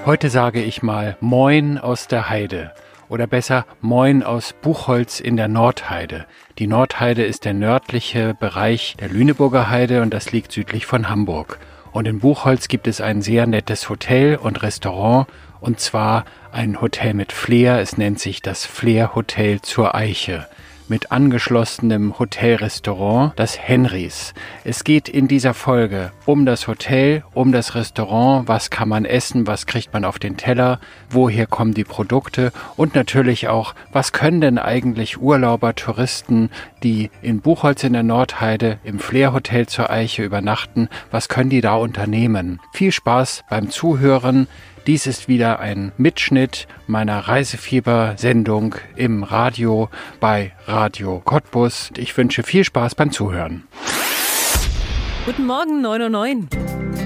Heute sage ich mal Moin aus der Heide oder besser Moin aus Buchholz in der Nordheide. Die Nordheide ist der nördliche Bereich der Lüneburger Heide und das liegt südlich von Hamburg. Und in Buchholz gibt es ein sehr nettes Hotel und Restaurant und zwar ein Hotel mit Flair. Es nennt sich das Flair Hotel zur Eiche. Mit angeschlossenem Hotelrestaurant, das Henrys. Es geht in dieser Folge um das Hotel, um das Restaurant, was kann man essen, was kriegt man auf den Teller, woher kommen die Produkte und natürlich auch, was können denn eigentlich Urlauber, Touristen, die in Buchholz in der Nordheide im Flair Hotel zur Eiche übernachten, was können die da unternehmen? Viel Spaß beim Zuhören. Dies ist wieder ein Mitschnitt meiner Reisefieber-Sendung im Radio bei Radio Cottbus. Ich wünsche viel Spaß beim Zuhören. Guten Morgen, 9:09 Uhr.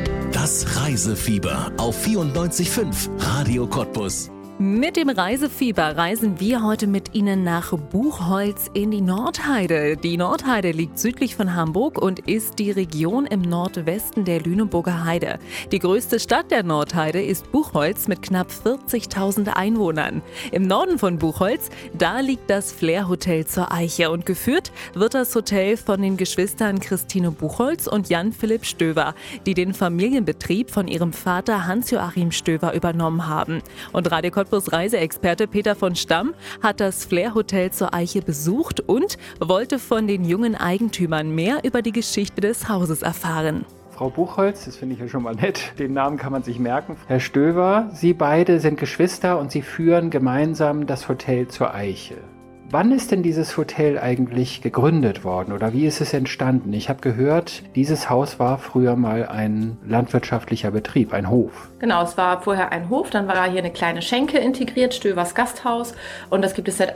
Das Reisefieber auf 94.5 Radio Cottbus. Mit dem Reisefieber reisen wir heute mit Ihnen nach Buchholz in die Nordheide. Die Nordheide liegt südlich von Hamburg und ist die Region im Nordwesten der Lüneburger Heide. Die größte Stadt der Nordheide ist Buchholz mit knapp 40.000 Einwohnern. Im Norden von Buchholz, da liegt das Flair Hotel zur Eiche und geführt wird das Hotel von den Geschwistern Christine Buchholz und Jan-Philipp Stöver, die den Familienbetrieb von ihrem Vater Hans-Joachim Stöver übernommen haben. Und Radio Cottbus Reiseexperte Peter von Stamm hat das Flair Hotel zur Eiche besucht und wollte von den jungen Eigentümern mehr über die Geschichte des Hauses erfahren. Frau Buchholz, das finde ich ja schon mal nett, den Namen kann man sich merken. Herr Stöver, Sie beide sind Geschwister und Sie führen gemeinsam das Hotel zur Eiche. Wann ist denn dieses Hotel eigentlich gegründet worden oder wie ist es entstanden? Ich habe gehört, dieses Haus war früher mal ein landwirtschaftlicher Betrieb, ein Hof. Genau, es war vorher ein Hof, dann war hier eine kleine Schenke integriert, Stövers Gasthaus, und das gibt es seit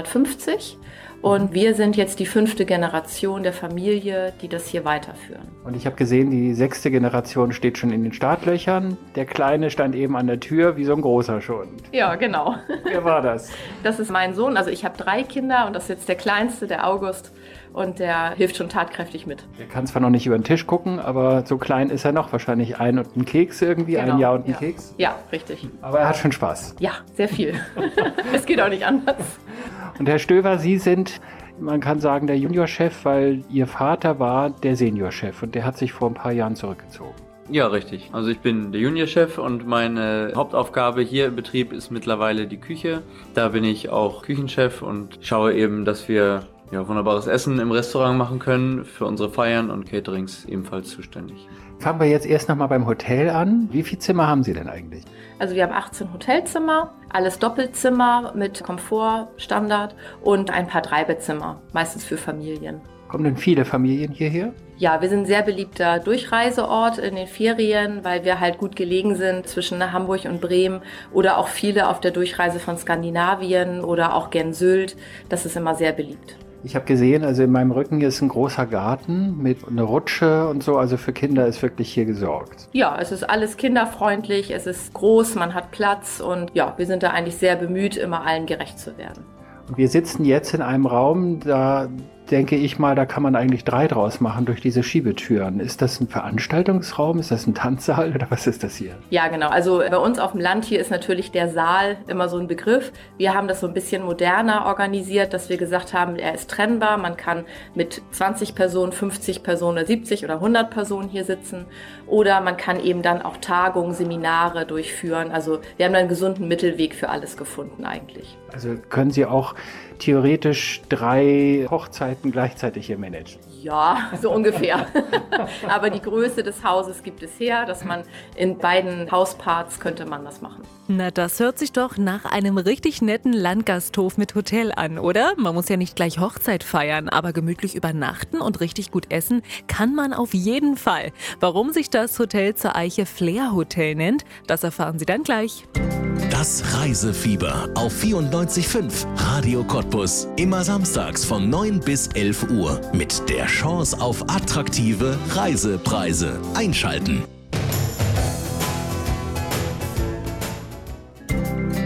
1850. Und wir sind jetzt die 5. Generation der Familie, die das hier weiterführen. Und ich habe gesehen, die 6. Generation steht schon in den Startlöchern. Der Kleine stand eben an der Tür, wie so ein großer schon. Ja, genau. Wer war das? Das ist mein Sohn. Also ich habe 3 Kinder und das ist jetzt der Kleinste, der August. Und der hilft schon tatkräftig mit. Er kann zwar noch nicht über den Tisch gucken, aber so klein ist er noch. Wahrscheinlich ein und ein Keks irgendwie, genau. Ein Jahr und ein Keks. Ja, richtig. Aber er hat schon Spaß. Ja, sehr viel. Es geht auch nicht anders. Und Herr Stöver, Sie sind, man kann sagen, der Juniorchef, weil Ihr Vater war der Seniorchef und der hat sich vor ein paar Jahren zurückgezogen. Ja, richtig. Also ich bin der Juniorchef und meine Hauptaufgabe hier im Betrieb ist mittlerweile die Küche. Da bin ich auch Küchenchef und schaue eben, dass wir wunderbares Essen im Restaurant machen können, für unsere Feiern und Caterings ebenfalls zuständig. Fangen wir jetzt erst nochmal beim Hotel an. Wie viele Zimmer haben Sie denn eigentlich? Also wir haben 18 Hotelzimmer, alles Doppelzimmer mit Komfort, Standard und ein paar Dreibettzimmer, meistens für Familien. Kommen denn viele Familien hierher? Ja, wir sind ein sehr beliebter Durchreiseort in den Ferien, weil wir halt gut gelegen sind zwischen Hamburg und Bremen oder auch viele auf der Durchreise von Skandinavien oder auch gern Sylt. Das ist immer sehr beliebt. Ich habe gesehen, also in meinem Rücken hier ist ein großer Garten mit einer Rutsche und so. Also für Kinder ist wirklich hier gesorgt. Ja, es ist alles kinderfreundlich, es ist groß, man hat Platz und ja, wir sind da eigentlich sehr bemüht, immer allen gerecht zu werden. Und wir sitzen jetzt in einem Raum, da denke ich mal, da kann man eigentlich 3 draus machen durch diese Schiebetüren. Ist das ein Veranstaltungsraum? Ist das ein Tanzsaal oder was ist das hier? Ja, genau. Also bei uns auf dem Land hier ist natürlich der Saal immer so ein Begriff. Wir haben das so ein bisschen moderner organisiert, dass wir gesagt haben, er ist trennbar. Man kann mit 20 Personen, 50 Personen, 70 oder 100 Personen hier sitzen. Oder man kann eben dann auch Tagungen, Seminare durchführen. Also wir haben da einen gesunden Mittelweg für alles gefunden eigentlich. Also können Sie auch theoretisch 3 Hochzeiten gleichzeitig hier managen? Ja, so ungefähr. Aber die Größe des Hauses gibt es her, dass man in beiden Hausparts könnte man das machen. Na, das hört sich doch nach einem richtig netten Landgasthof mit Hotel an, oder? Man muss ja nicht gleich Hochzeit feiern, aber gemütlich übernachten und richtig gut essen kann man auf jeden Fall. Warum sich das Hotel zur Eiche Flair Hotel nennt, das erfahren Sie dann gleich. Das Reisefieber auf 94.5 Radio Cottbus. Immer samstags von 9 bis 11 Uhr mit der Chance auf attraktive Reisepreise. Einschalten.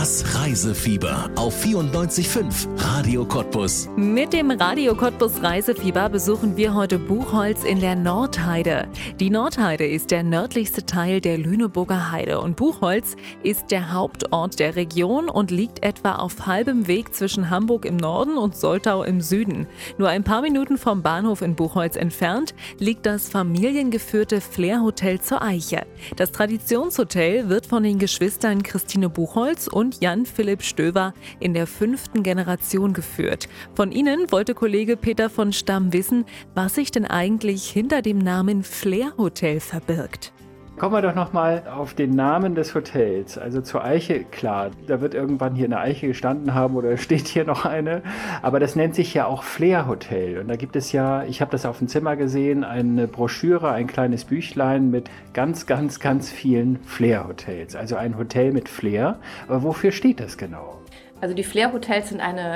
Das Reisefieber auf 94.5 Radio Cottbus. Mit dem Radio Cottbus Reisefieber besuchen wir heute Buchholz in der Nordheide. Die Nordheide ist der nördlichste Teil der Lüneburger Heide und Buchholz ist der Hauptort der Region und liegt etwa auf halbem Weg zwischen Hamburg im Norden und Soltau im Süden. Nur ein paar Minuten vom Bahnhof in Buchholz entfernt liegt das familiengeführte Flair-Hotel zur Eiche. Das Traditionshotel wird von den Geschwistern Christine Buchholz und Jan-Philipp Stöver in der 5. Generation geführt. Von ihnen wollte Kollege Peter von Stamm wissen, was sich denn eigentlich hinter dem Namen Flair-Hotel verbirgt. Kommen wir doch nochmal auf den Namen des Hotels. Also zur Eiche, klar, da wird irgendwann hier eine Eiche gestanden haben oder steht hier noch eine. Aber das nennt sich ja auch Flair Hotel. Und da gibt es ja, ich habe das auf dem Zimmer gesehen, eine Broschüre, ein kleines Büchlein mit ganz vielen Flair Hotels. Also ein Hotel mit Flair. Aber wofür steht das genau? Also die Flair-Hotels sind eine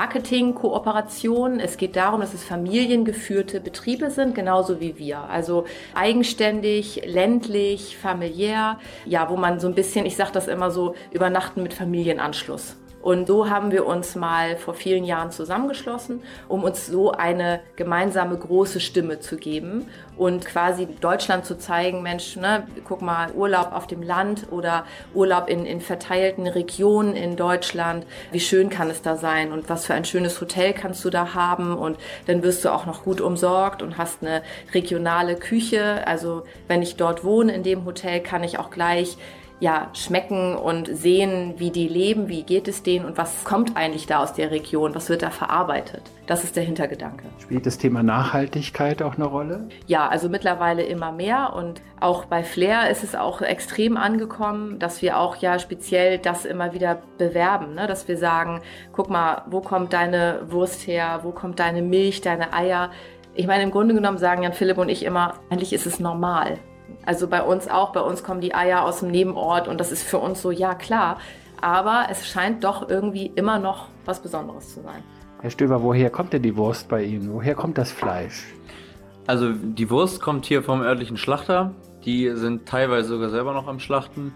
Marketing-Kooperation. Es geht darum, dass es familiengeführte Betriebe sind, genauso wie wir. Also eigenständig, ländlich, familiär, ja, wo man so ein bisschen, ich sage das immer so, übernachten mit Familienanschluss. Und so haben wir uns mal vor vielen Jahren zusammengeschlossen, um uns so eine gemeinsame große Stimme zu geben und quasi Deutschland zu zeigen, Mensch, ne, guck mal, Urlaub auf dem Land oder Urlaub in verteilten Regionen in Deutschland. Wie schön kann es da sein und was für ein schönes Hotel kannst du da haben und dann wirst du auch noch gut umsorgt und hast eine regionale Küche. Also wenn ich dort wohne in dem Hotel, kann ich auch gleich schmecken und sehen, wie die leben, wie geht es denen und was kommt eigentlich da aus der Region, was wird da verarbeitet. Das ist der Hintergedanke. Spielt das Thema Nachhaltigkeit auch eine Rolle? Ja, also mittlerweile immer mehr und auch bei Flair ist es auch extrem angekommen, dass wir auch speziell das immer wieder bewerben, ne? Dass wir sagen, guck mal, wo kommt deine Wurst her, wo kommt deine Milch, deine Eier. Ich meine, im Grunde genommen sagen Jan-Philipp und ich immer, eigentlich ist es normal. Also bei uns kommen die Eier aus dem Nebenort und das ist für uns so, ja klar, aber es scheint doch irgendwie immer noch was Besonderes zu sein. Herr Stöver, woher kommt denn die Wurst bei Ihnen? Woher kommt das Fleisch? Also die Wurst kommt hier vom örtlichen Schlachter, die sind teilweise sogar selber noch am Schlachten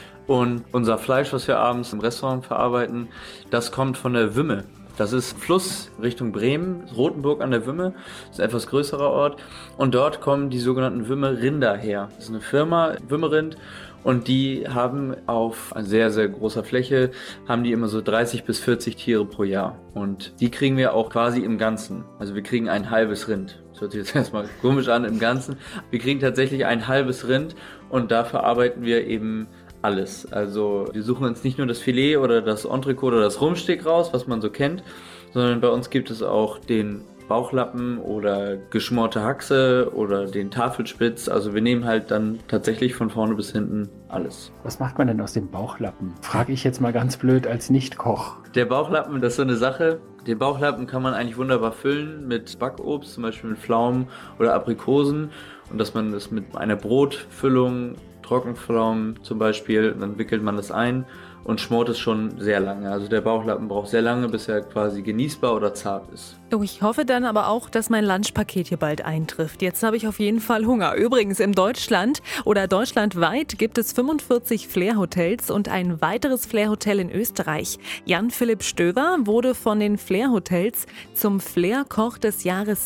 und unser Fleisch, was wir abends im Restaurant verarbeiten, das kommt von der Wümme. Das ist Fluss Richtung Bremen, Rothenburg an der Wümme, das ist ein etwas größerer Ort und dort kommen die sogenannten Wümme-Rinder her. Das ist eine Firma, Wümme-Rind, und die haben auf sehr großer Fläche, haben die immer so 30 bis 40 Tiere pro Jahr und die kriegen wir auch quasi im Ganzen. Also wir kriegen ein halbes Rind. Das hört sich jetzt erstmal komisch an im Ganzen. Wir kriegen tatsächlich ein halbes Rind und da verarbeiten wir eben alles. Also wir suchen uns nicht nur das Filet oder das Entrecote oder das Rumpsteak raus, was man so kennt, sondern bei uns gibt es auch den Bauchlappen oder geschmorte Haxe oder den Tafelspitz. Also wir nehmen halt dann tatsächlich von vorne bis hinten alles. Was macht man denn aus dem Bauchlappen? Frage ich jetzt mal ganz blöd als Nicht-Koch. Der Bauchlappen, das ist so eine Sache. Den Bauchlappen kann man eigentlich wunderbar füllen mit Backobst, zum Beispiel mit Pflaumen oder Aprikosen. Und dass man das mit einer Brotfüllung, Trockenpflaumen zum Beispiel, dann wickelt man das ein und schmort es schon sehr lange. Also der Bauchlappen braucht sehr lange, bis er quasi genießbar oder zart ist. Oh, ich hoffe dann aber auch, dass mein Lunchpaket hier bald eintrifft. Jetzt habe ich auf jeden Fall Hunger. Übrigens, in Deutschland oder deutschlandweit gibt es 45 Flair-Hotels und ein weiteres Flair-Hotel in Österreich. Jan-Philipp Stöver wurde von den Flair-Hotels zum Flair-Koch des Jahres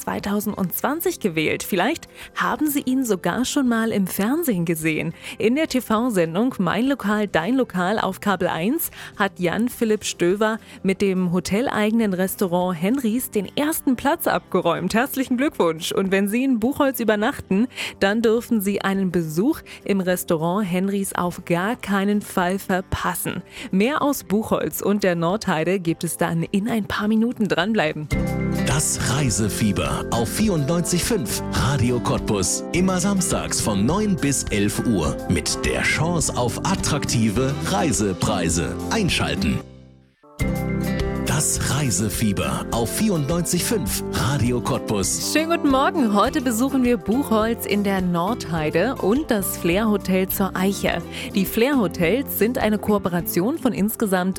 2020 gewählt. Vielleicht haben Sie ihn sogar schon mal im Fernsehen gesehen. In der TV-Sendung Mein Lokal, Dein Lokal auf Kabel 1 hat Jan-Philipp Stöver mit dem hoteleigenen Restaurant Henrys den ersten Platz abgeräumt. Herzlichen Glückwunsch! Und wenn Sie in Buchholz übernachten, dann dürfen Sie einen Besuch im Restaurant Henrys auf gar keinen Fall verpassen. Mehr aus Buchholz und der Nordheide gibt es dann in ein paar Minuten. Dranbleiben. Das Reisefieber auf 94.5 Radio Cottbus. Immer samstags von 9 bis 11 Uhr mit der Chance auf attraktive Reisepreise. Einschalten. Das Das Reisefieber auf 94.5 Radio Cottbus. Schönen guten Morgen. Heute besuchen wir Buchholz in der Nordheide und das Flair Hotel zur Eiche. Die Flair Hotels sind eine Kooperation von insgesamt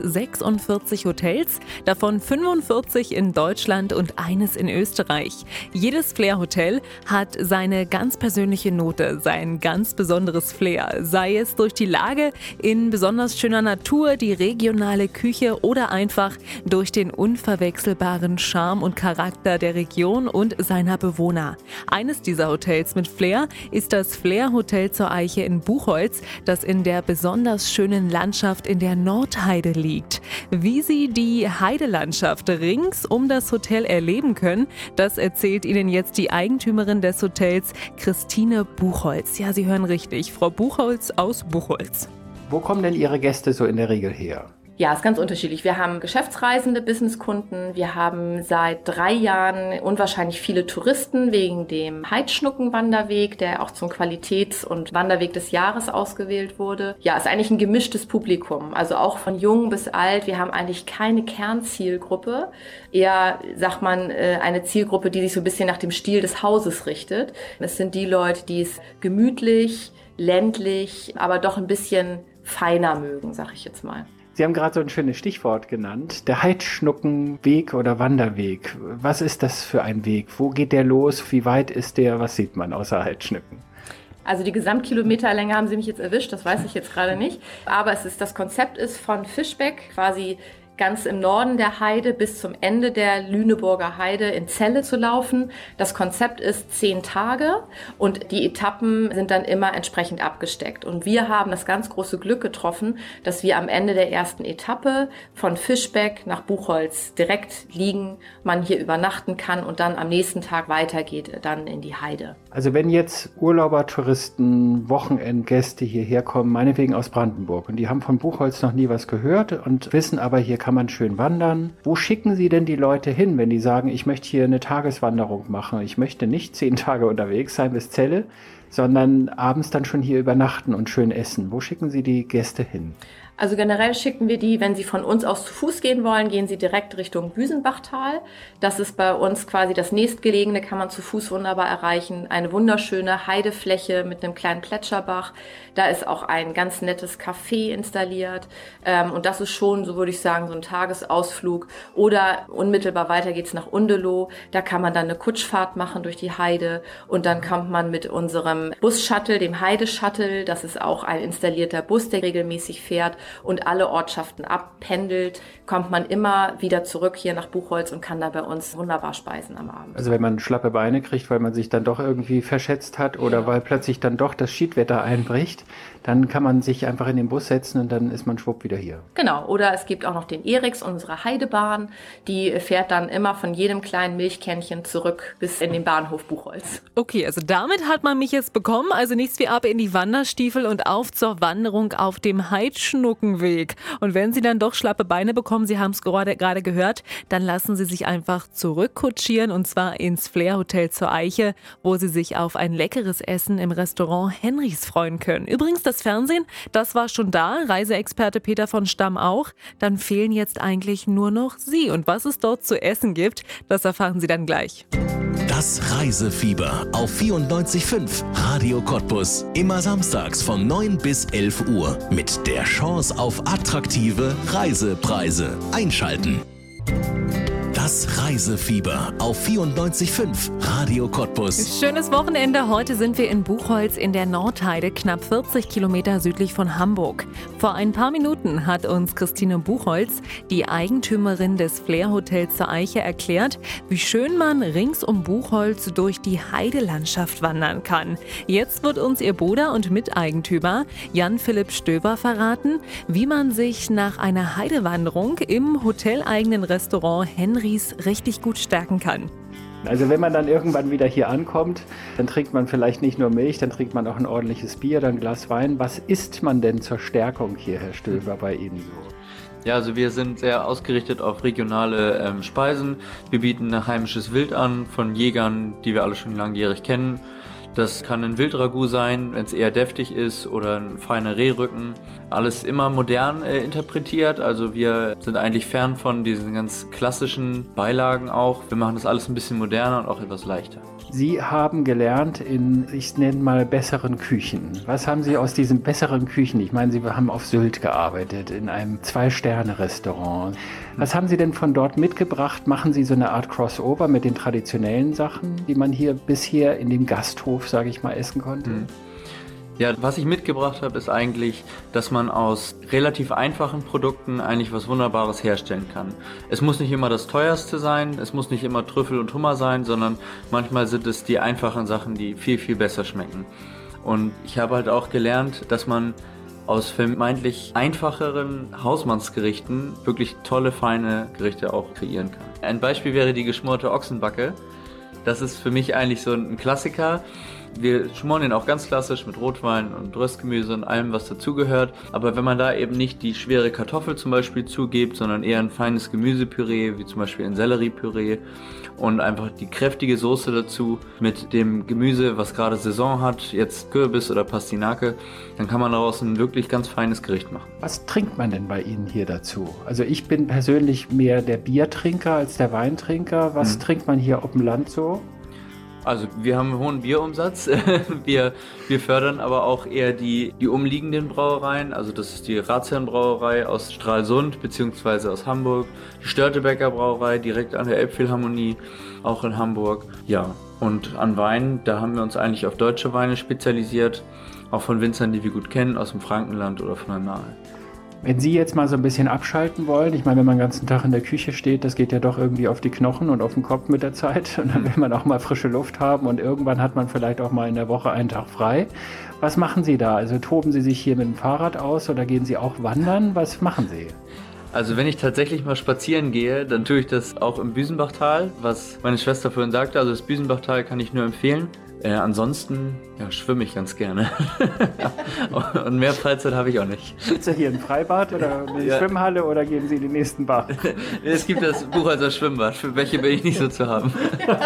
46 Hotels, davon 45 in Deutschland und eines in Österreich. Jedes Flair Hotel hat seine ganz persönliche Note, sein ganz besonderes Flair, sei es durch die Lage in besonders schöner Natur, die regionale Küche oder einfach durch den unverwechselbaren Charme und Charakter der Region und seiner Bewohner. Eines dieser Hotels mit Flair ist das Flair Hotel zur Eiche in Buchholz, das in der besonders schönen Landschaft in der Nordheide liegt. Wie Sie die Heidelandschaft rings um das Hotel erleben können, das erzählt Ihnen jetzt die Eigentümerin des Hotels, Christine Buchholz. Ja, Sie hören richtig, Frau Buchholz aus Buchholz. Wo kommen denn Ihre Gäste so in der Regel her? Ja, ist ganz unterschiedlich. Wir haben Geschäftsreisende, Businesskunden. Wir haben seit 3 Jahren unwahrscheinlich viele Touristen wegen dem Heidschnuckenwanderweg, der auch zum Qualitäts- und Wanderweg des Jahres ausgewählt wurde. Ja, ist eigentlich ein gemischtes Publikum. Also auch von jung bis alt. Wir haben eigentlich keine Kernzielgruppe. Eher, sagt man, eine Zielgruppe, die sich so ein bisschen nach dem Stil des Hauses richtet. Es sind die Leute, die es gemütlich, ländlich, aber doch ein bisschen feiner mögen, sag ich jetzt mal. Sie haben gerade so ein schönes Stichwort genannt, der Heidschnuckenweg oder Wanderweg. Was ist das für ein Weg? Wo geht der los? Wie weit ist der? Was sieht man außer Heidschnucken? Also die Gesamtkilometerlänge haben Sie mich jetzt erwischt, das weiß ich jetzt gerade nicht. Aber das Konzept ist von Fischbeck quasi ganz im Norden der Heide bis zum Ende der Lüneburger Heide in Celle zu laufen. Das Konzept ist 10 Tage und die Etappen sind dann immer entsprechend abgesteckt. Und wir haben das ganz große Glück getroffen, dass wir am Ende der ersten Etappe von Fischbeck nach Buchholz direkt liegen, man hier übernachten kann und dann am nächsten Tag weitergeht dann in die Heide. Also wenn jetzt Urlauber, Touristen, Wochenendgäste hierher kommen, meinetwegen aus Brandenburg, und die haben von Buchholz noch nie was gehört und wissen aber, hier kann man schön wandern. Wo schicken Sie denn die Leute hin, wenn die sagen, ich möchte hier eine Tageswanderung machen, ich möchte nicht 10 Tage unterwegs sein bis Celle, sondern abends dann schon hier übernachten und schön essen? Wo schicken Sie die Gäste hin? Also generell schicken wir die, wenn sie von uns aus zu Fuß gehen wollen, gehen sie direkt Richtung Büsenbachtal. Das ist bei uns quasi das nächstgelegene, kann man zu Fuß wunderbar erreichen. Eine wunderschöne Heidefläche mit einem kleinen Plätscherbach. Da ist auch ein ganz nettes Café installiert. Und das ist schon, so würde ich sagen, so ein Tagesausflug. Oder unmittelbar weiter geht's nach Undeloh. Da kann man dann eine Kutschfahrt machen durch die Heide. Und dann kommt man mit unserem Bus-Shuttle, dem Heide-Shuttle, das ist auch ein installierter Bus, der regelmäßig fährt und alle Ortschaften abpendelt, kommt man immer wieder zurück hier nach Buchholz und kann da bei uns wunderbar speisen am Abend. Also wenn man schlappe Beine kriegt, weil man sich dann doch irgendwie verschätzt hat oder weil plötzlich dann doch das Schiedwetter einbricht, dann kann man sich einfach in den Bus setzen und dann ist man schwupp wieder hier. Genau, oder es gibt auch noch den Eriks, unsere Heidebahn, die fährt dann immer von jedem kleinen Milchkännchen zurück bis in den Bahnhof Buchholz. Okay, also damit hat man mich jetzt bekommen, also nichts wie ab in die Wanderstiefel und auf zur Wanderung auf dem Heidschnuckenweg. Und wenn Sie dann doch schlappe Beine bekommen, Sie haben es gerade gehört, dann lassen Sie sich einfach zurückkutschieren und zwar ins Flair Hotel zur Eiche, wo Sie sich auf ein leckeres Essen im Restaurant Henrys freuen können. Übrigens, das Fernsehen, das war schon da, Reiseexperte Peter von Stamm auch. Dann fehlen jetzt eigentlich nur noch Sie. Und was es dort zu essen gibt, das erfahren Sie dann gleich. Das Reisefieber auf 94.5 Radio Cottbus. Immer samstags von 9 bis 11 Uhr. Mit der Chance auf attraktive Reisepreise. Einschalten. Das Reisefieber auf 94.5 Radio Cottbus. Schönes Wochenende. Heute sind wir in Buchholz in der Nordheide, knapp 40 Kilometer südlich von Hamburg. Vor ein paar Minuten hat uns Christine Buchholz, die Eigentümerin des Flair Hotels zur Eiche, erklärt, wie schön man rings um Buchholz durch die Heidelandschaft wandern kann. Jetzt wird uns ihr Bruder und Miteigentümer Jan-Philipp Stöber verraten, wie man sich nach einer Heidewanderung im hoteleigenen Restaurant Henrys richtig gut stärken kann. Also wenn man dann irgendwann wieder hier ankommt, dann trinkt man vielleicht nicht nur Milch, dann trinkt man auch ein ordentliches Bier, dann ein Glas Wein. Was isst man denn zur Stärkung hier, Herr Stöber, bei Ihnen so? Ja, also wir sind sehr ausgerichtet auf regionale Speisen. Wir bieten heimisches Wild an von Jägern, die wir alle schon langjährig kennen. Das kann ein Wildragout sein, wenn es eher deftig ist, oder ein feiner Rehrücken. Alles immer modern interpretiert. Also wir sind eigentlich fern von diesen ganz klassischen Beilagen auch. Wir machen das alles ein bisschen moderner und auch etwas leichter. Sie haben gelernt in, ich nenne mal, besseren Küchen. Was haben Sie aus diesen besseren Küchen? Ich meine, Sie haben auf Sylt gearbeitet, in einem 2-Sterne-Restaurant. Was haben Sie denn von dort mitgebracht? Machen Sie so eine Art Crossover mit den traditionellen Sachen, die man hier bisher in dem Gasthof, sage ich mal, essen konnte? Ja, was ich mitgebracht habe, ist eigentlich, dass man aus relativ einfachen Produkten eigentlich was Wunderbares herstellen kann. Es muss nicht immer das teuerste sein, es muss nicht immer Trüffel und Hummer sein, sondern manchmal sind es die einfachen Sachen, die viel, viel besser schmecken. Und ich habe halt auch gelernt, dass man aus vermeintlich einfacheren Hausmannsgerichten wirklich tolle, feine Gerichte auch kreieren kann. Ein Beispiel wäre die geschmorte Ochsenbacke. Das ist für mich eigentlich so ein Klassiker. Wir schmoren den auch ganz klassisch mit Rotwein und Röstgemüse und allem, was dazugehört. Aber wenn man da eben nicht die schwere Kartoffel zum Beispiel zugibt, sondern eher ein feines Gemüsepüree, wie zum Beispiel ein Selleriepüree und einfach die kräftige Soße dazu mit dem Gemüse, was gerade Saison hat, jetzt Kürbis oder Pastinake, dann kann man daraus ein wirklich ganz feines Gericht machen. Was trinkt man denn bei Ihnen hier dazu? Also ich bin persönlich mehr der Biertrinker als der Weintrinker. Was trinkt man hier auf dem Land so? Also wir haben einen hohen Bierumsatz, wir fördern aber auch eher die umliegenden Brauereien, also das ist die Ratsherrenbrauerei aus Stralsund bzw. aus Hamburg, die Störtebeker Brauerei direkt an der Elbphilharmonie, auch in Hamburg. Ja, und an Wein, da haben wir uns eigentlich auf deutsche Weine spezialisiert, auch von Winzern, die wir gut kennen, aus dem Frankenland oder von der Nahe. Wenn Sie jetzt mal so ein bisschen abschalten wollen, ich meine, wenn man den ganzen Tag in der Küche steht, das geht ja doch irgendwie auf die Knochen und auf den Kopf mit der Zeit. Und dann will man auch mal frische Luft haben und irgendwann hat man vielleicht auch mal in der Woche einen Tag frei. Was machen Sie da? Also toben Sie sich hier mit dem Fahrrad aus oder gehen Sie auch wandern? Was machen Sie? Also wenn ich tatsächlich mal spazieren gehe, dann tue ich das auch im Büsenbachtal, was meine Schwester vorhin sagte. Also das Büsenbachtal kann ich nur empfehlen. Ansonsten schwimme ich ganz gerne. Und mehr Freizeit habe ich auch nicht. Gibt es hier ein Freibad oder eine Schwimmhalle oder gehen Sie in den nächsten Bach? Es gibt das Buchholzer Schwimmbad, für welche bin ich nicht so zu haben.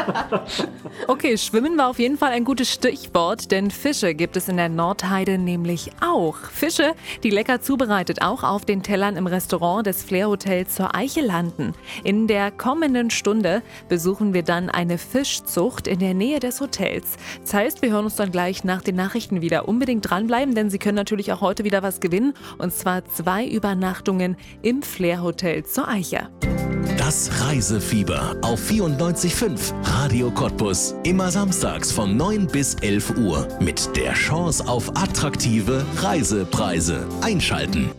Okay, Schwimmen war auf jeden Fall ein gutes Stichwort, denn Fische gibt es in der Nordheide nämlich auch. Fische, die lecker zubereitet auch auf den Tellern im Restaurant des Flair-Hotels zur Eiche landen. In der kommenden Stunde besuchen wir dann eine Fischzucht in der Nähe des Hotels. Das heißt, wir hören uns dann gleich nach den Nachrichten wieder. Unbedingt dranbleiben, denn Sie können natürlich auch heute wieder was gewinnen. Und zwar 2 Übernachtungen im Flair-Hotel zur Eiche. Das Reisefieber auf 94.5 Radio Cottbus. Immer samstags von 9 bis 11 Uhr. Mit der Chance auf attraktive Reisepreise. Einschalten.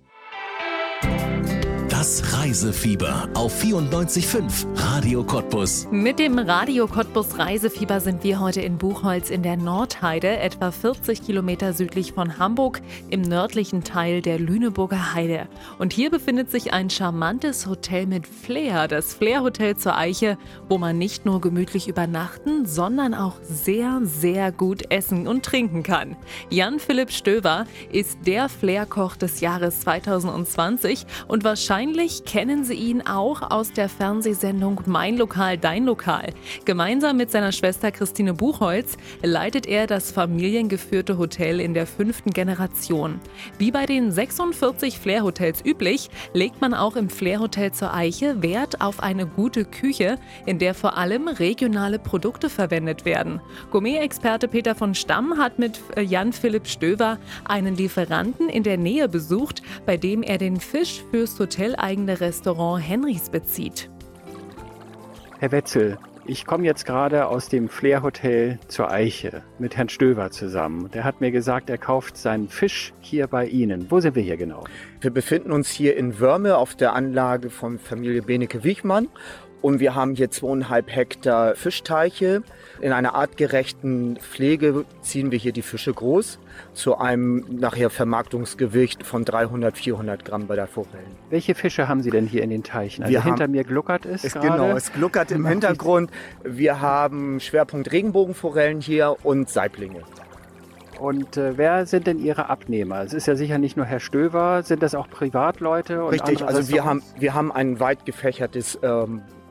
Das Reisefieber auf 94.5 Radio Cottbus. Mit dem Radio Cottbus Reisefieber sind wir heute in Buchholz in der Nordheide, etwa 40 Kilometer südlich von Hamburg, im nördlichen Teil der Lüneburger Heide. Und hier befindet sich ein charmantes Hotel mit Flair, das Flair Hotel zur Eiche, wo man nicht nur gemütlich übernachten, sondern auch sehr, sehr gut essen und trinken kann. Jan-Philipp Stöver ist der Flair-Koch des Jahres 2020 und wahrscheinlich kennen Sie ihn auch aus der Fernsehsendung Mein Lokal, Dein Lokal. Gemeinsam mit seiner Schwester Christine Buchholz leitet er das familiengeführte Hotel in der 5. Generation. Wie bei den 46 Flair-Hotels üblich, legt man auch im Flair-Hotel zur Eiche Wert auf eine gute Küche, in der vor allem regionale Produkte verwendet werden. Gourmet-Experte Peter von Stamm hat mit Jan-Philipp Stöver einen Lieferanten in der Nähe besucht, bei dem er den Fisch fürs hoteleigene Restaurant Henrys bezieht. Herr Wetzel, ich komme jetzt gerade aus dem Flair Hotel zur Eiche mit Herrn Stöver zusammen. Der hat mir gesagt, er kauft seinen Fisch hier bei Ihnen. Wo sind wir hier genau? Wir befinden uns hier in Wörme auf der Anlage von Familie Benecke-Wichmann. Und wir haben hier 2,5 Hektar Fischteiche. In einer artgerechten Pflege ziehen wir hier die Fische groß zu einem nachher Vermarktungsgewicht von 300, 400 Gramm bei der Forellen. Welche Fische haben Sie denn hier in den Teichen? Also hinter mir gluckert es gerade. Genau, es gluckert im Hintergrund. Wir haben Schwerpunkt Regenbogenforellen hier und Saiblinge. Und wer sind denn Ihre Abnehmer? Es ist ja sicher nicht nur Herr Stöver, sind das auch Privatleute? Und richtig, also wir haben ein weit gefächertes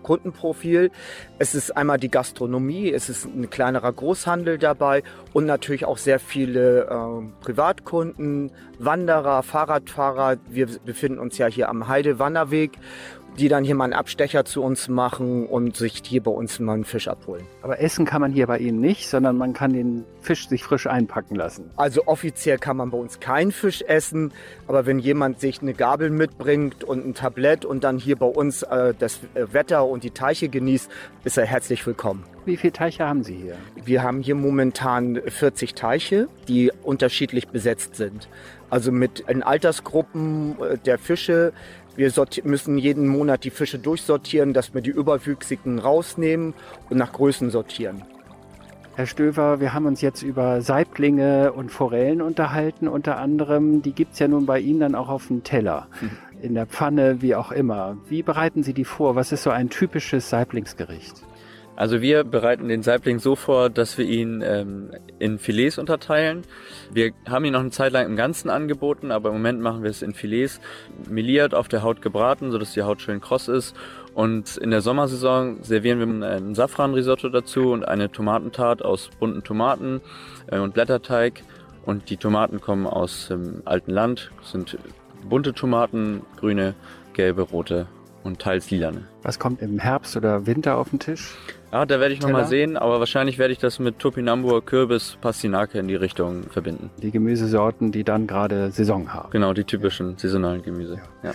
Kundenprofil. Es ist einmal die Gastronomie, es ist ein kleinerer Großhandel dabei und natürlich auch sehr viele Privatkunden, Wanderer, Fahrradfahrer. Wir befinden uns ja hier am Heide-Wanderweg, die dann hier mal einen Abstecher zu uns machen und sich hier bei uns mal einen Fisch abholen. Aber essen kann man hier bei Ihnen nicht, sondern man kann den Fisch sich frisch einpacken lassen. Also offiziell kann man bei uns keinen Fisch essen, aber wenn jemand sich eine Gabel mitbringt und ein Tablett und dann hier bei uns das Wetter und die Teiche genießt, ist er herzlich willkommen. Wie viele Teiche haben Sie hier? Wir haben hier momentan 40 Teiche, die unterschiedlich besetzt sind. Also in Altersgruppen der Fische. Wir müssen jeden Monat die Fische durchsortieren, dass wir die Überwüchsigen rausnehmen und nach Größen sortieren. Herr Stöver, wir haben uns jetzt über Saiblinge und Forellen unterhalten, unter anderem. Die gibt es ja nun bei Ihnen dann auch auf dem Teller, in der Pfanne, wie auch immer. Wie bereiten Sie die vor? Was ist so ein typisches Saiblingsgericht? Also wir bereiten den Saibling so vor, dass wir ihn in Filets unterteilen. Wir haben ihn noch eine Zeit lang im Ganzen angeboten, aber im Moment machen wir es in Filets, meliert, auf der Haut gebraten, sodass die Haut schön kross ist. Und in der Sommersaison servieren wir ein Safranrisotto dazu und eine Tomatentart aus bunten Tomaten und Blätterteig. Und die Tomaten kommen aus dem alten Land, das sind bunte Tomaten, grüne, gelbe, rote und teils lilane. Was kommt im Herbst oder Winter auf den Tisch? Ja, da werde ich nochmal sehen, aber wahrscheinlich werde ich das mit Topinambur, Kürbis, Pastinake in die Richtung verbinden. Die Gemüsesorten, die dann gerade Saison haben. Genau, die typischen saisonalen Gemüse. Ja.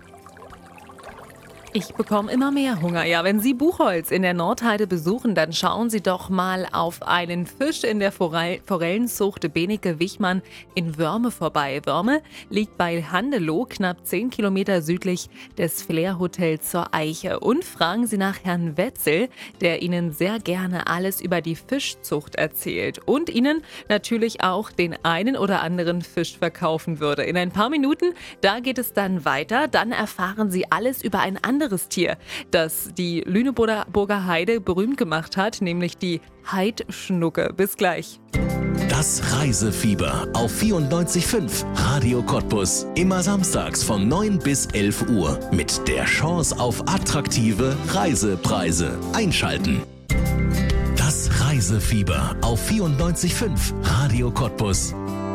Ich bekomme immer mehr Hunger. Ja, wenn Sie Buchholz in der Nordheide besuchen, dann schauen Sie doch mal auf einen Fisch in der Forellenzucht Benecke-Wichmann in Wörme vorbei. Wörme liegt bei Handelow, knapp 10 Kilometer südlich des Flair-Hotels zur Eiche. Und fragen Sie nach Herrn Wetzel, der Ihnen sehr gerne alles über die Fischzucht erzählt und Ihnen natürlich auch den einen oder anderen Fisch verkaufen würde. In ein paar Minuten, da geht es dann weiter. Dann erfahren Sie alles über ein anderes Tier, das die Lüneburger Heide berühmt gemacht hat, nämlich die Heidschnucke. Bis gleich. Das Reisefieber auf 94.5 Radio Cottbus. Immer samstags von 9 bis 11 Uhr mit der Chance auf attraktive Reisepreise. Einschalten. Das Reisefieber auf 94.5 Radio Cottbus.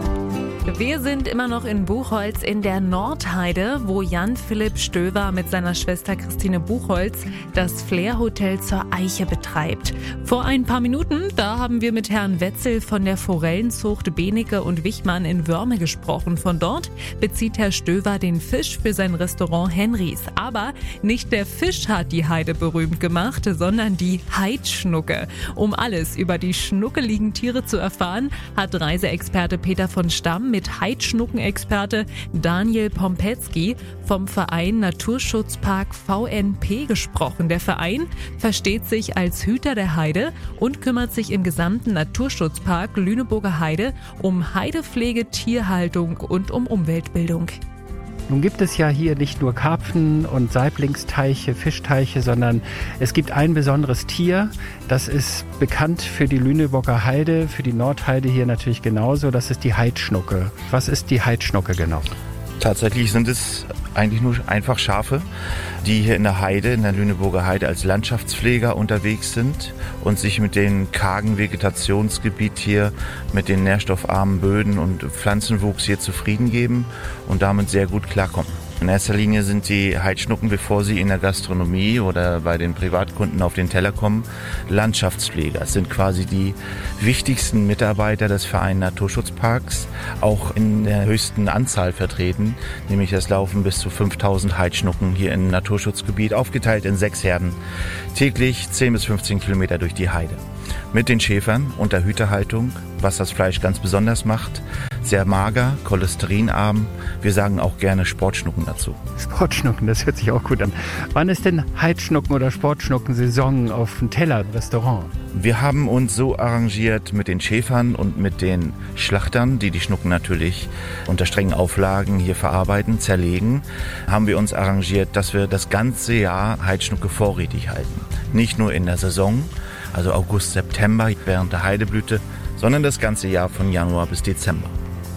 Wir sind immer noch in Buchholz in der Nordheide, wo Jan-Philipp Stöver mit seiner Schwester Christine Buchholz das Flair-Hotel zur Eiche betreibt. Vor ein paar Minuten, da haben wir mit Herrn Wetzel von der Forellenzucht Benecke und Wichmann in Wörme gesprochen. Von dort bezieht Herr Stöver den Fisch für sein Restaurant Henrys. Aber nicht der Fisch hat die Heide berühmt gemacht, sondern die Heidschnucke. Um alles über die schnuckeligen Tiere zu erfahren, hat Reiseexperte Peter von Stamm mit Heidschnuckenexperte Daniel Pompetzky vom Verein Naturschutzpark VNP gesprochen. Der Verein versteht sich als Hüter der Heide und kümmert sich im gesamten Naturschutzpark Lüneburger Heide um Heidepflege, Tierhaltung und um Umweltbildung. Nun gibt es ja hier nicht nur Karpfen und Saiblingsteiche, Fischteiche, sondern es gibt ein besonderes Tier, das ist bekannt für die Lüneburger Heide, für die Nordheide hier natürlich genauso, das ist die Heidschnucke. Was ist die Heidschnucke genau? Tatsächlich sind es eigentlich nur einfach Schafe, die hier in der Heide, in der Lüneburger Heide als Landschaftspfleger unterwegs sind und sich mit dem kargen Vegetationsgebiet hier, mit den nährstoffarmen Böden und Pflanzenwuchs hier zufrieden geben und damit sehr gut klarkommen. In erster Linie sind die Heidschnucken, bevor sie in der Gastronomie oder bei den Privatkunden auf den Teller kommen, Landschaftspfleger. Es sind quasi die wichtigsten Mitarbeiter des Vereins Naturschutzparks, auch in der höchsten Anzahl vertreten, nämlich es laufen bis zu 5000 Heidschnucken hier im Naturschutzgebiet, aufgeteilt in 6 Herden, täglich 10 bis 15 Kilometer durch die Heide. Mit den Schäfern unter Hüterhaltung, was das Fleisch ganz besonders macht. Sehr mager, cholesterinarm. Wir sagen auch gerne Sportschnucken dazu. Sportschnucken, das hört sich auch gut an. Wann ist denn Heidschnucken oder Sportschnucken-Saison auf dem Teller im Restaurant? Wir haben uns so arrangiert mit den Schäfern und mit den Schlachtern, die die Schnucken natürlich unter strengen Auflagen hier verarbeiten, zerlegen, haben wir uns arrangiert, dass wir das ganze Jahr Heidschnucke vorrätig halten. Nicht nur in der Saison, also August, September während der Heideblüte, sondern das ganze Jahr von Januar bis Dezember.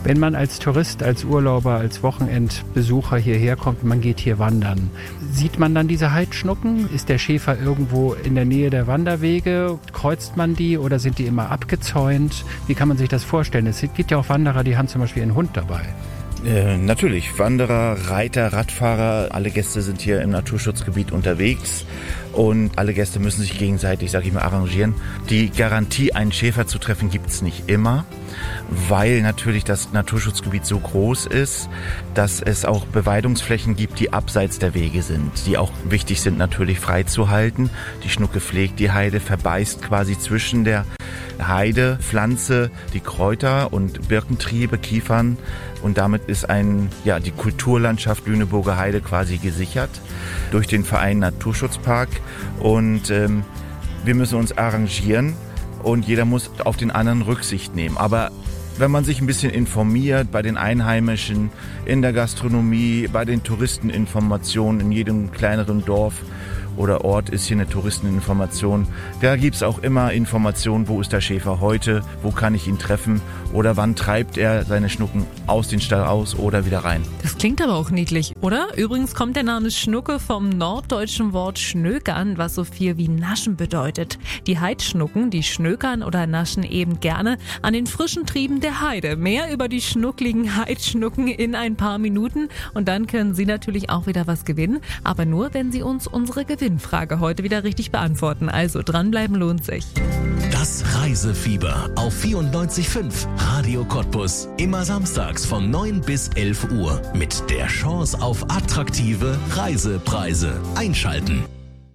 Wenn man als Tourist, als Urlauber, als Wochenendbesucher hierher kommt, man geht hier wandern, sieht man dann diese Heidschnucken? Ist der Schäfer irgendwo in der Nähe der Wanderwege? Kreuzt man die oder sind die immer abgezäunt? Wie kann man sich das vorstellen? Es gibt ja auch Wanderer, die haben zum Beispiel einen Hund dabei. Natürlich, Wanderer, Reiter, Radfahrer, alle Gäste sind hier im Naturschutzgebiet unterwegs und alle Gäste müssen sich gegenseitig, sag ich mal, arrangieren. Die Garantie, einen Schäfer zu treffen, gibt's nicht immer, weil natürlich das Naturschutzgebiet so groß ist, dass es auch Beweidungsflächen gibt, die abseits der Wege sind, die auch wichtig sind, natürlich freizuhalten. Die Schnucke pflegt die Heide, verbeißt quasi zwischen der Heidepflanze die Kräuter und Birkentriebe, Kiefern und damit ist die Kulturlandschaft Lüneburger Heide quasi gesichert durch den Verein Naturschutzpark und wir müssen uns arrangieren und jeder muss auf den anderen Rücksicht nehmen. Aber wenn man sich ein bisschen informiert bei den Einheimischen, in der Gastronomie, bei den Touristeninformationen in jedem kleineren Dorf oder Ort ist hier eine Touristeninformation. Da gibt es auch immer Informationen, wo ist der Schäfer heute, wo kann ich ihn treffen oder wann treibt er seine Schnucken aus den Stall aus oder wieder rein. Das klingt aber auch niedlich, oder? Übrigens kommt der Name Schnucke vom norddeutschen Wort schnökern, was so viel wie naschen bedeutet. Die Heidschnucken, die schnökern oder naschen eben gerne an den frischen Trieben der Heide. Mehr über die schnuckligen Heidschnucken in ein paar Minuten und dann können Sie natürlich auch wieder was gewinnen, aber nur, wenn Sie uns unsere Gewinnfrage heute wieder richtig beantworten. Also dranbleiben lohnt sich. Das Reisefieber auf 94.5 Radio Cottbus. Immer samstags von 9 bis 11 Uhr mit der Chance auf attraktive Reisepreise. Einschalten.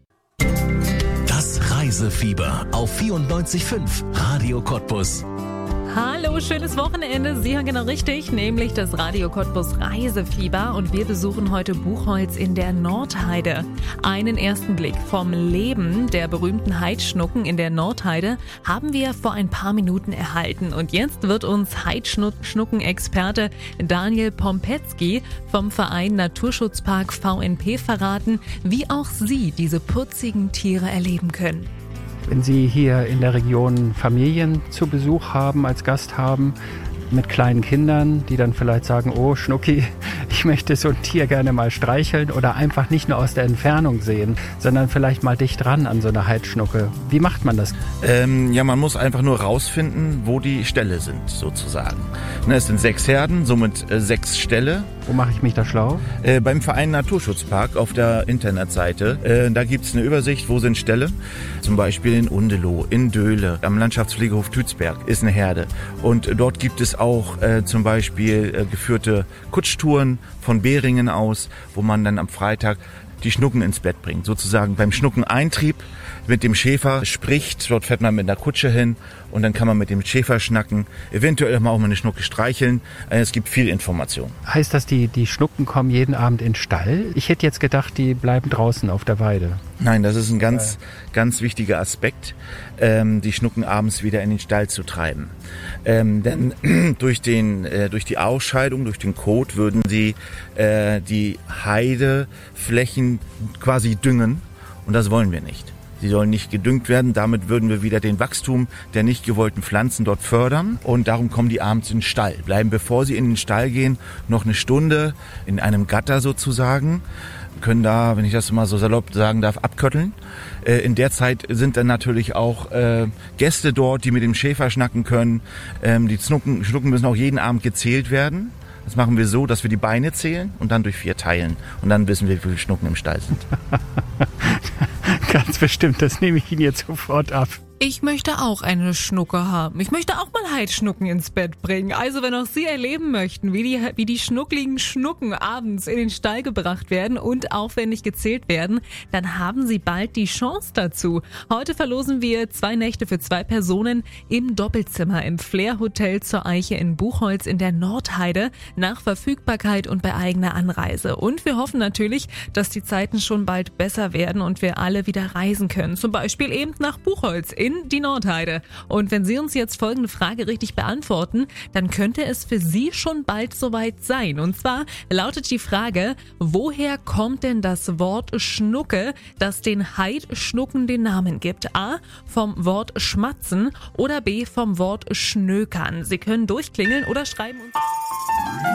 Das Reisefieber auf 94.5 Radio Cottbus. Hallo, schönes Wochenende. Sie hören genau richtig, nämlich das Radio Cottbus Reisefieber und wir besuchen heute Buchholz in der Nordheide. Einen ersten Blick vom Leben der berühmten Heidschnucken in der Nordheide haben wir vor ein paar Minuten erhalten und jetzt wird uns Heidschnucken-Experte Daniel Pompetzky vom Verein Naturschutzpark VNP verraten, wie auch Sie diese putzigen Tiere erleben können. Wenn Sie hier in der Region Familien zu Besuch haben, als Gast haben, mit kleinen Kindern, die dann vielleicht sagen, oh Schnucki, ich möchte so ein Tier gerne mal streicheln oder einfach nicht nur aus der Entfernung sehen, sondern vielleicht mal dicht dran an so einer Heidschnucke. Wie macht man das? Man muss einfach nur rausfinden, wo die Ställe sind, sozusagen. Es sind 6 Herden, somit 6 Ställe. Wo mache ich mich da schlau? Beim Verein Naturschutzpark auf der Internetseite. Da gibt es eine Übersicht, wo sind Ställe. Zum Beispiel in Undeloh, in Döhle, am Landschaftspflegehof Tützberg ist eine Herde. Und dort gibt es auch zum Beispiel geführte Kutschtouren von Beringen aus, wo man dann am Freitag die Schnucken ins Bett bringt. Sozusagen beim Schnuckeneintrieb mit dem Schäfer spricht. Dort fährt man mit einer Kutsche hin und dann kann man mit dem Schäfer schnacken. Eventuell auch mal eine Schnucke streicheln. Es gibt viel Information. Heißt das, die Schnucken kommen jeden Abend in den Stall? Ich hätte jetzt gedacht, die bleiben draußen auf der Weide. Nein, das ist ein ganz wichtiger Aspekt, die Schnucken abends wieder in den Stall zu treiben. Denn durch die Ausscheidung, durch den Kot würden sie die Heideflächen quasi düngen und das wollen wir nicht. Sie sollen nicht gedüngt werden, damit würden wir wieder den Wachstum der nicht gewollten Pflanzen dort fördern und darum kommen die abends in den Stall. Bleiben, bevor sie in den Stall gehen, noch eine Stunde in einem Gatter sozusagen, können da, wenn ich das mal so salopp sagen darf, abkötteln. In der Zeit sind dann natürlich auch Gäste dort, die mit dem Schäfer schnacken können. Die Schnucken müssen auch jeden Abend gezählt werden. Das machen wir so, dass wir die Beine zählen und dann durch 4 teilen. Und dann wissen wir, wie viele Schnucken im Stall sind. Ganz bestimmt, das nehme ich Ihnen jetzt sofort ab. Ich möchte auch eine Schnucke haben. Ich möchte auch mal Heidschnucken ins Bett bringen. Also wenn auch Sie erleben möchten, wie die schnuckligen Schnucken abends in den Stall gebracht werden und aufwendig gezählt werden, dann haben Sie bald die Chance dazu. Heute verlosen wir 2 Nächte für 2 Personen im Doppelzimmer im Flair Hotel zur Eiche in Buchholz in der Nordheide nach Verfügbarkeit und bei eigener Anreise. Und wir hoffen natürlich, dass die Zeiten schon bald besser werden und wir alle wieder reisen können. Zum Beispiel eben nach Buchholz in in die Nordheide. Und wenn Sie uns jetzt folgende Frage richtig beantworten, dann könnte es für Sie schon bald soweit sein. Und zwar lautet die Frage, woher kommt denn das Wort Schnucke, das den Heidschnucken den Namen gibt? A, vom Wort schmatzen oder B, vom Wort schnökern. Sie können durchklingeln oder schreiben uns...